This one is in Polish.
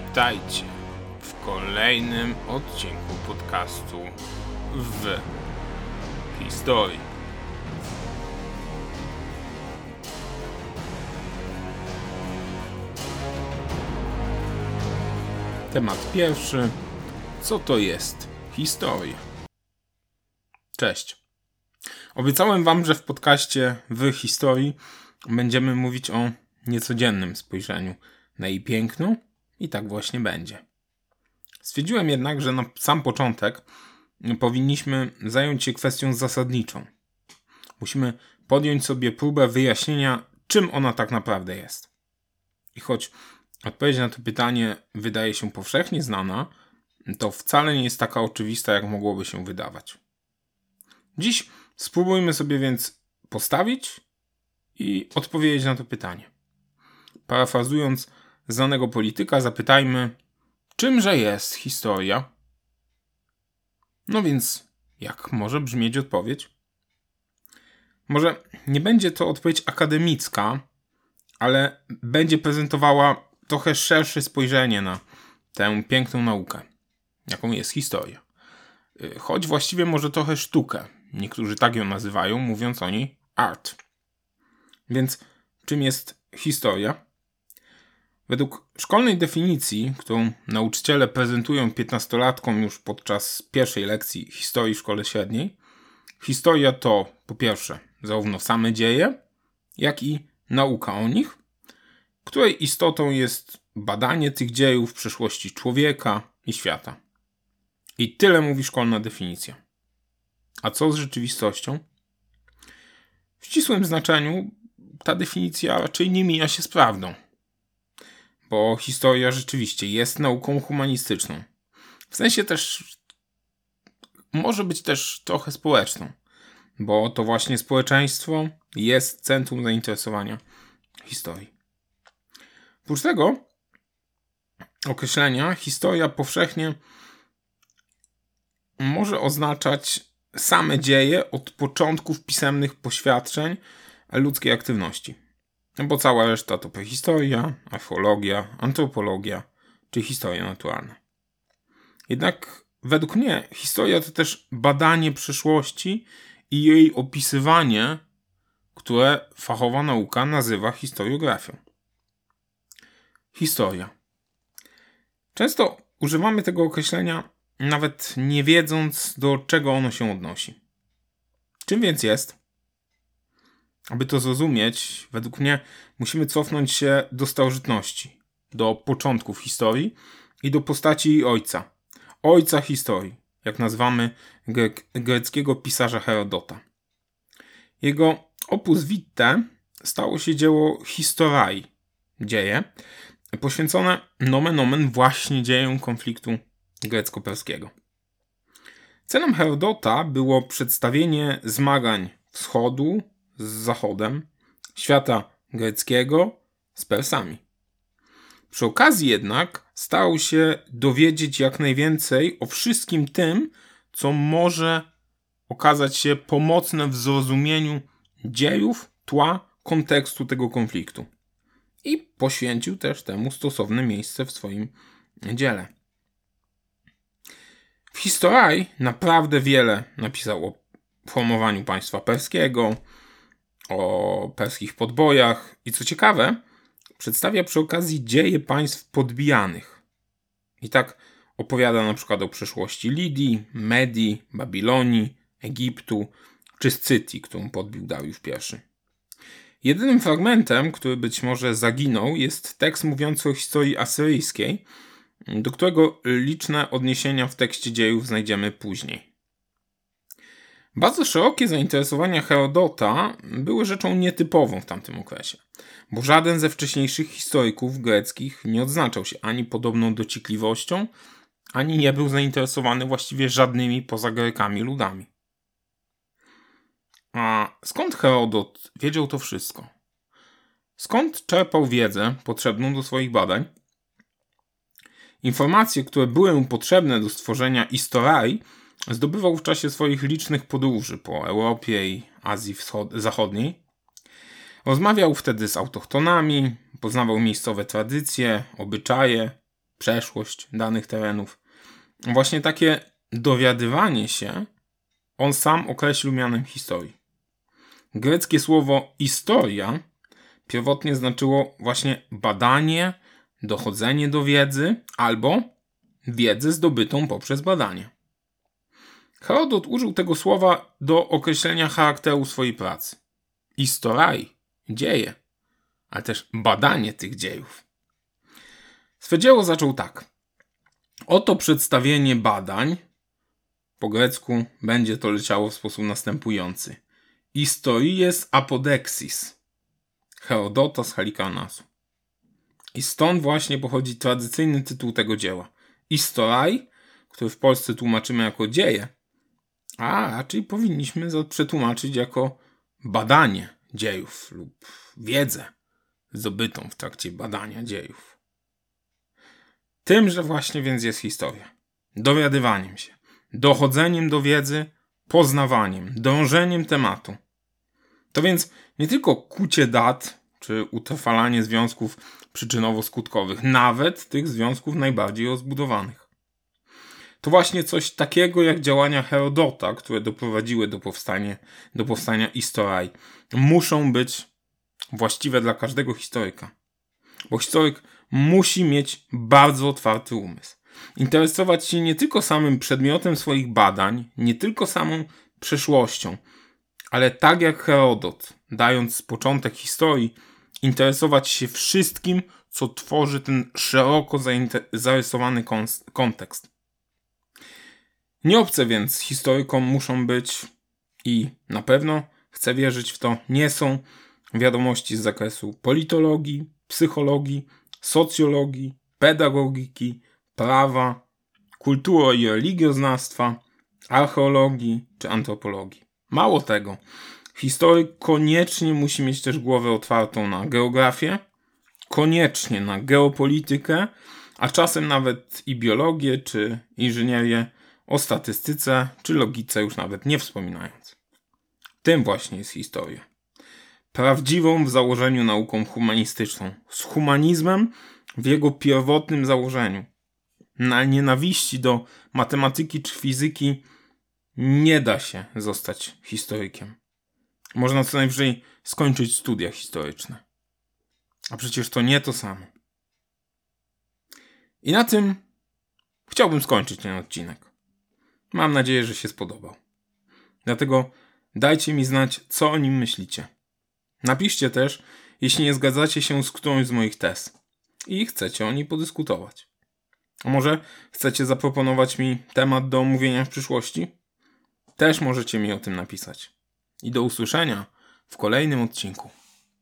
Witajcie w kolejnym odcinku podcastu w historii. Temat pierwszy. Co to jest historia? Cześć. Obiecałem wam, że w podcaście w historii będziemy mówić o niecodziennym spojrzeniu na jej piękno i tak właśnie będzie. Stwierdziłem jednak, że na sam początek powinniśmy zająć się kwestią zasadniczą. Musimy podjąć sobie próbę wyjaśnienia, czym ona tak naprawdę jest. I choć odpowiedź na to pytanie wydaje się powszechnie znana, to wcale nie jest taka oczywista, jak mogłoby się wydawać. Dziś spróbujmy sobie więc postawić i odpowiedzieć na to pytanie. Parafrazując znanego polityka, zapytajmy, czymże jest historia? No więc, jak może brzmieć odpowiedź? Może nie będzie to odpowiedź akademicka, ale będzie prezentowała trochę szersze spojrzenie na tę piękną naukę, jaką jest historia. Choć właściwie może trochę sztukę. Niektórzy tak ją nazywają, mówiąc o niej art. Więc czym jest historia? Według szkolnej definicji, którą nauczyciele prezentują 15-latkom już podczas pierwszej lekcji historii w szkole średniej, historia to po pierwsze zarówno same dzieje, jak i nauka o nich, której istotą jest badanie tych dziejów w przeszłości człowieka i świata. I tyle mówi szkolna definicja. A co z rzeczywistością? W ścisłym znaczeniu ta definicja raczej nie mija się z prawdą. Bo historia rzeczywiście jest nauką humanistyczną. W sensie też może być też trochę społeczną, bo to właśnie społeczeństwo jest centrum zainteresowania historii. Oprócz tego określenia historia powszechnie może oznaczać same dzieje od początków pisemnych poświadczeń ludzkiej aktywności. Bo cała reszta to prehistoria, archeologia, antropologia czy historia naturalna. Jednak według mnie historia to też badanie przeszłości i jej opisywanie, które fachowa nauka nazywa historiografią. Historia. Często używamy tego określenia nawet nie wiedząc, do czego ono się odnosi. Czym więc jest? Aby to zrozumieć, według mnie musimy cofnąć się do starożytności, do początków historii i do postaci jej ojca. Ojca historii, jak nazywamy greckiego pisarza Herodota. Jego opus vitae stało się dzieło Historiae, dzieje, poświęcone nomen omen właśnie dziejom konfliktu grecko-perskiego. Celem Herodota było przedstawienie zmagań wschodu z Zachodem, świata greckiego z Persami. Przy okazji jednak starał się dowiedzieć jak najwięcej o wszystkim tym, co może okazać się pomocne w zrozumieniu dziejów, tła, kontekstu tego konfliktu. I poświęcił też temu stosowne miejsce w swoim dziele. W Historiae naprawdę wiele napisał o formowaniu państwa perskiego, o perskich podbojach i co ciekawe, przedstawia przy okazji dzieje państw podbijanych. I tak opowiada na przykład o przeszłości Lidii, Medii, Babilonii, Egiptu czy Scytii, którą podbił Dariusz I. Jedynym fragmentem, który być może zaginął, jest tekst mówiący o historii asyryjskiej, do którego liczne odniesienia w tekście dziejów znajdziemy później. Bardzo szerokie zainteresowania Herodota były rzeczą nietypową w tamtym okresie, bo żaden ze wcześniejszych historyków greckich nie odznaczał się ani podobną dociekliwością, ani nie był zainteresowany właściwie żadnymi poza Grekami ludami. A skąd Herodot wiedział to wszystko? Skąd czerpał wiedzę potrzebną do swoich badań? Informacje, które były mu potrzebne do stworzenia Historiae, zdobywał w czasie swoich licznych podróży po Europie i Azji Zachodniej. Rozmawiał wtedy z autochtonami, poznawał miejscowe tradycje, obyczaje, przeszłość danych terenów. Właśnie takie dowiadywanie się on sam określił mianem historii. Greckie słowo historia pierwotnie znaczyło właśnie badanie, dochodzenie do wiedzy albo wiedzę zdobytą poprzez badanie. Herodot użył tego słowa do określenia charakteru swojej pracy. Istoraj, dzieje, ale też badanie tych dziejów. Swe dzieło zaczął tak. Oto przedstawienie badań. Po grecku będzie to leciało w sposób następujący. Histories apodexis Herodota z Halikarnasu. I stąd właśnie pochodzi tradycyjny tytuł tego dzieła. Istoraj, który w Polsce tłumaczymy jako dzieje, a raczej powinniśmy przetłumaczyć jako badanie dziejów lub wiedzę zdobytą w trakcie badania dziejów. Tymże właśnie więc jest historia. Dowiadywaniem się, dochodzeniem do wiedzy, poznawaniem, dążeniem tematu. To więc nie tylko kucie dat, czy utrwalanie związków przyczynowo-skutkowych, nawet tych związków najbardziej rozbudowanych. To właśnie coś takiego jak działania Herodota, które doprowadziły do powstania Istoraj, muszą być właściwe dla każdego historyka. Bo historyk musi mieć bardzo otwarty umysł. Interesować się nie tylko samym przedmiotem swoich badań, nie tylko samą przeszłością, ale tak jak Herodot, dając początek historii, interesować się wszystkim, co tworzy ten szeroko zarysowany kontekst. Nieobce więc historykom muszą być i na pewno, chcę wierzyć w to, nie są wiadomości z zakresu politologii, psychologii, socjologii, pedagogiki, prawa, kultury i religioznawstwa, archeologii czy antropologii. Mało tego, historyk koniecznie musi mieć też głowę otwartą na geografię, koniecznie na geopolitykę, a czasem nawet i biologię czy inżynierię, o statystyce czy logice już nawet nie wspominając. Tym właśnie jest historia. Prawdziwą w założeniu nauką humanistyczną, z humanizmem w jego pierwotnym założeniu. Na nienawiści do matematyki czy fizyki nie da się zostać historykiem. Można co najwyżej skończyć studia historyczne. A przecież to nie to samo. I na tym chciałbym skończyć ten odcinek. Mam nadzieję, że się spodobał. Dlatego dajcie mi znać, co o nim myślicie. Napiszcie też, jeśli nie zgadzacie się z którąś z moich tez i chcecie o niej podyskutować. A może chcecie zaproponować mi temat do omówienia w przyszłości? Też możecie mi o tym napisać. I do usłyszenia w kolejnym odcinku.